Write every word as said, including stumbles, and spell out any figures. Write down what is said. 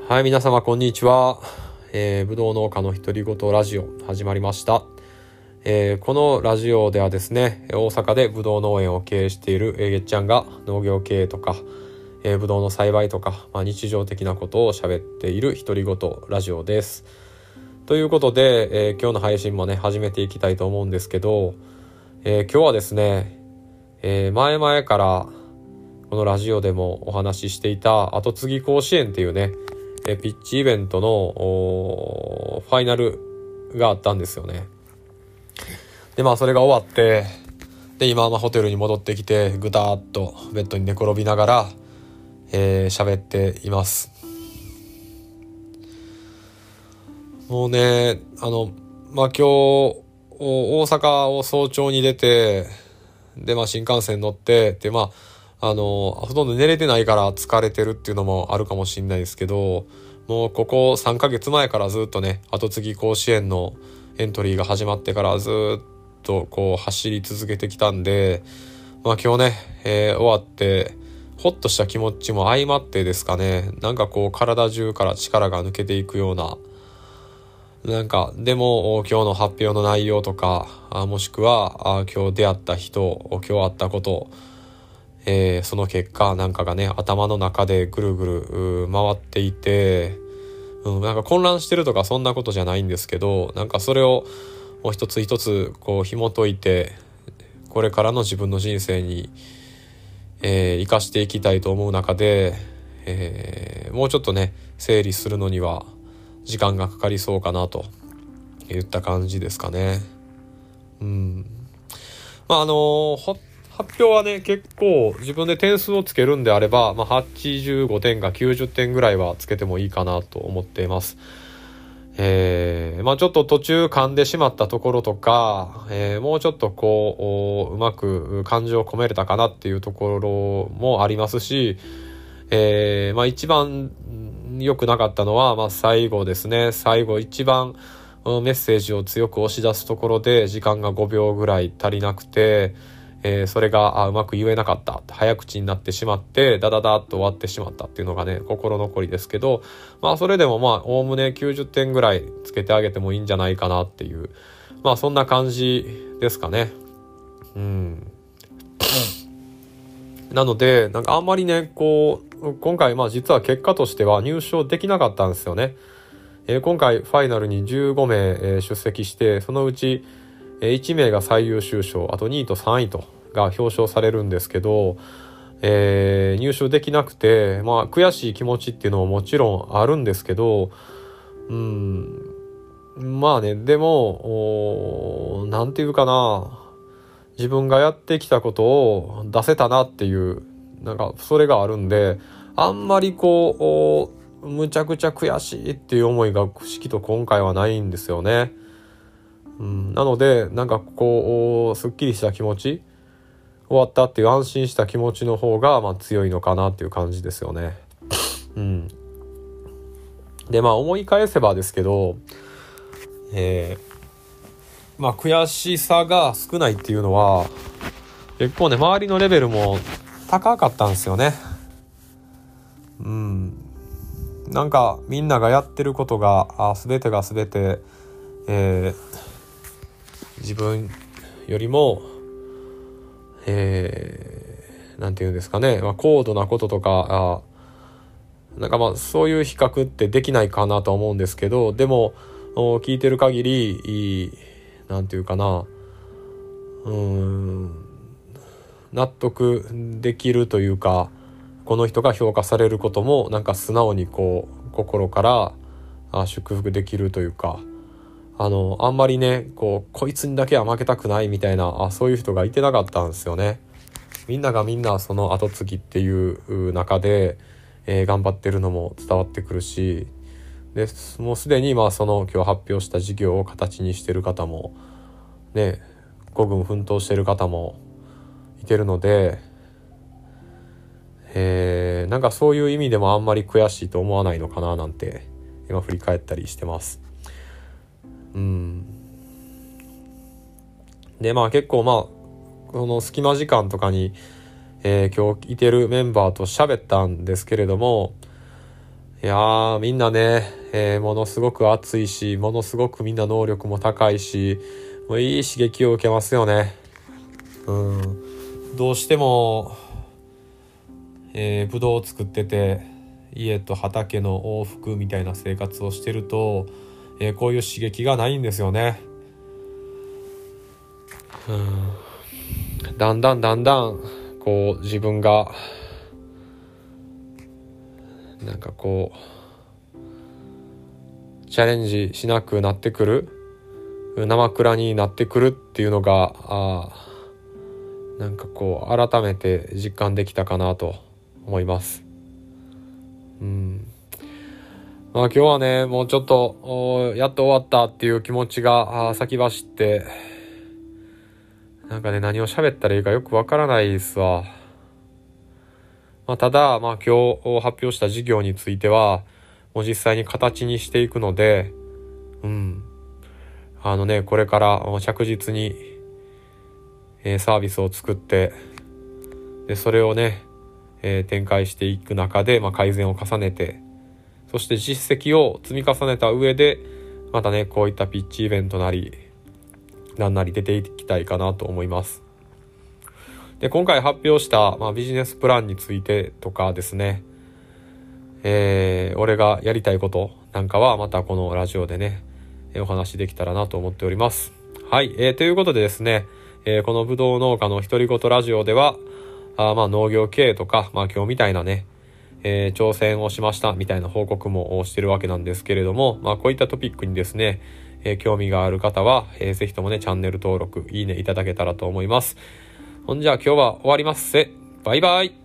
はい、皆様こんにちは。えー、ぶどう農家の独り言ラジオ始まりました。えー、このラジオではですね、大阪でぶどう農園を経営しているえーげっちゃんが農業経営とか、えー、ぶどうの栽培とか、まあ、日常的なことを喋っている独り言ラジオです。ということで、えー、今日の配信もね始めていきたいと思うんですけど、えー、今日はですね、えー、前々からこのラジオでもお話ししていた後継ぎ甲子園っていうねピッチイベントのファイナルがあったんですよね。でまあそれが終わってで今はまあホテルに戻ってきてぐたーっとベッドに寝転びながら喋、えー、っています。もうねあのまあ今日大阪を早朝に出てでまあ新幹線乗ってでまああのほとんど寝れてないから疲れてるっていうのもあるかもしれないですけど、もうここさんかげつまえからずっとね後継ぎ甲子園のエントリーが始まってからずっとこう走り続けてきたんで、まあ今日ね、えー、終わってほっとした気持ちも相まってですかね、なんかこう体中から力が抜けていくような、なんかでも今日の発表の内容とかあもしくはあ今日出会った人今日あったことえー、その結果なんかがね頭の中でぐるぐる回っていて、うん、なんか混乱してるとかそんなことじゃないんですけど、なんかそれをもう一つ一つこう紐解いてこれからの自分の人生に、えー、生かしていきたいと思う中で、えー、もうちょっとね整理するのには時間がかかりそうかなといった感じですかね。うんまああのー、ほ発表はね結構自分で点数をつけるんであれば、まあ、はちじゅうごてんかきゅうじゅってんぐらいはつけてもいいかなと思っています。えー、まあちょっと途中噛んでしまったところとか、えー、もうちょっとこううまく感情を込めれたかなっていうところもありますし、えー、まあ一番良くなかったのは、まあ最後ですね。最後一番メッセージを強く押し出すところで時間がごびょうぐらい足りなくて、えー、それがあうまく言えなかった早口になってしまってダダダッと終わってしまったっていうのがね心残りですけど、まあそれでもまあおおむねきゅうじゅってんぐらいつけてあげてもいいんじゃないかなっていうまあそんな感じですかね。うんなのでなんかあんまりねこう今回まあ実は結果としては入賞できなかったんですよね。えー、今回ファイナルにじゅうごめい、えー、出席してそのうちいちめいが最優秀賞、あとにいとさんいとが表彰されるんですけど、えー、入賞できなくて、まあ悔しい気持ちっていうのももちろんあるんですけど、うん、まあね、でも、なんていうかな、自分がやってきたことを出せたなっていう、なんかそれがあるんで、あんまりこう、むちゃくちゃ悔しいっていう思いが不思議と今回はないんですよね。うん、なのでなんかこうすっきりした気持ち終わったっていう安心した気持ちの方がまあ強いのかなっていう感じですよね。うん、でまあ思い返せばですけど、えー、まあ悔しさが少ないっていうのは結構ね周りのレベルも高かったんですよね。うん、なんかみんながやってることがあ全てが全て、えー自分よりも、えー、なんていうんですかね、まあ、高度なこととかあなんかまあそういう比較ってできないかなと思うんですけど、でも聞いてる限りなんていうかなうーん納得できるというか、この人が評価されることもなんか素直にこう心からあ祝福できるというか、あのあんまりねこうこいつにだけは負けたくないみたいなあそういう人がいてなかったんですよね。みんながみんなその後継ぎっていう中で、えー、頑張ってるのも伝わってくるし、でもうすでにまあその今日発表した事業を形にしてる方もね孤軍奮闘してる方もいてるので、えー、なんかそういう意味でもあんまり悔しいと思わないのかななんて今振り返ったりしてます。うんでまあ結構まあこの隙間時間とかに、えー、今日いてるメンバーと喋ったんですけれども、 いやー、みんなね、えー、ものすごく熱いし、ものすごくみんな能力も高いし、もういい刺激を受けますよね。うん。どうしても、えー、ブドウを作ってて、家と畑の往復みたいな生活をしてると、えー、こういう刺激がないんですよね。うん。だんだんだんだん、こう、自分が、なんかこう、チャレンジしなくなってくる、生倉になってくるっていうのが、あなんかこう改めて実感できたかなと思います。うん。まあ今日はね、もうちょっとやっと終わったっていう気持ちが先走って、なんかね、何を喋ったらいいかよくわからないですわ。まあ、ただ、まあ今日発表した事業については、もう実際に形にしていくので、うん。あのね、これから着実に、えー、サービスを作って、で、それをね、えー、展開していく中で、まあ、改善を重ねて、そして実績を積み重ねた上で、またね、こういったピッチイベントなり、なんなり出ていきたいかなと思います。で、今回発表した、まあ、ビジネスプランについてとかですね、えー、俺がやりたいことなんかはまたこのラジオでね、お話できたらなと思っております。はい、えー、ということでですね、えー、このぶどう農家の独り言ラジオでは、あまあ農業経営とか、まあ今日みたいなね、えー、挑戦をしましたみたいな報告もしてるわけなんですけれども、まあこういったトピックにですね、えー、興味がある方は、えー、ぜひともね、チャンネル登録、いいねいただけたらと思います。ほんじゃあ今日は終わりますせ。バイバイ。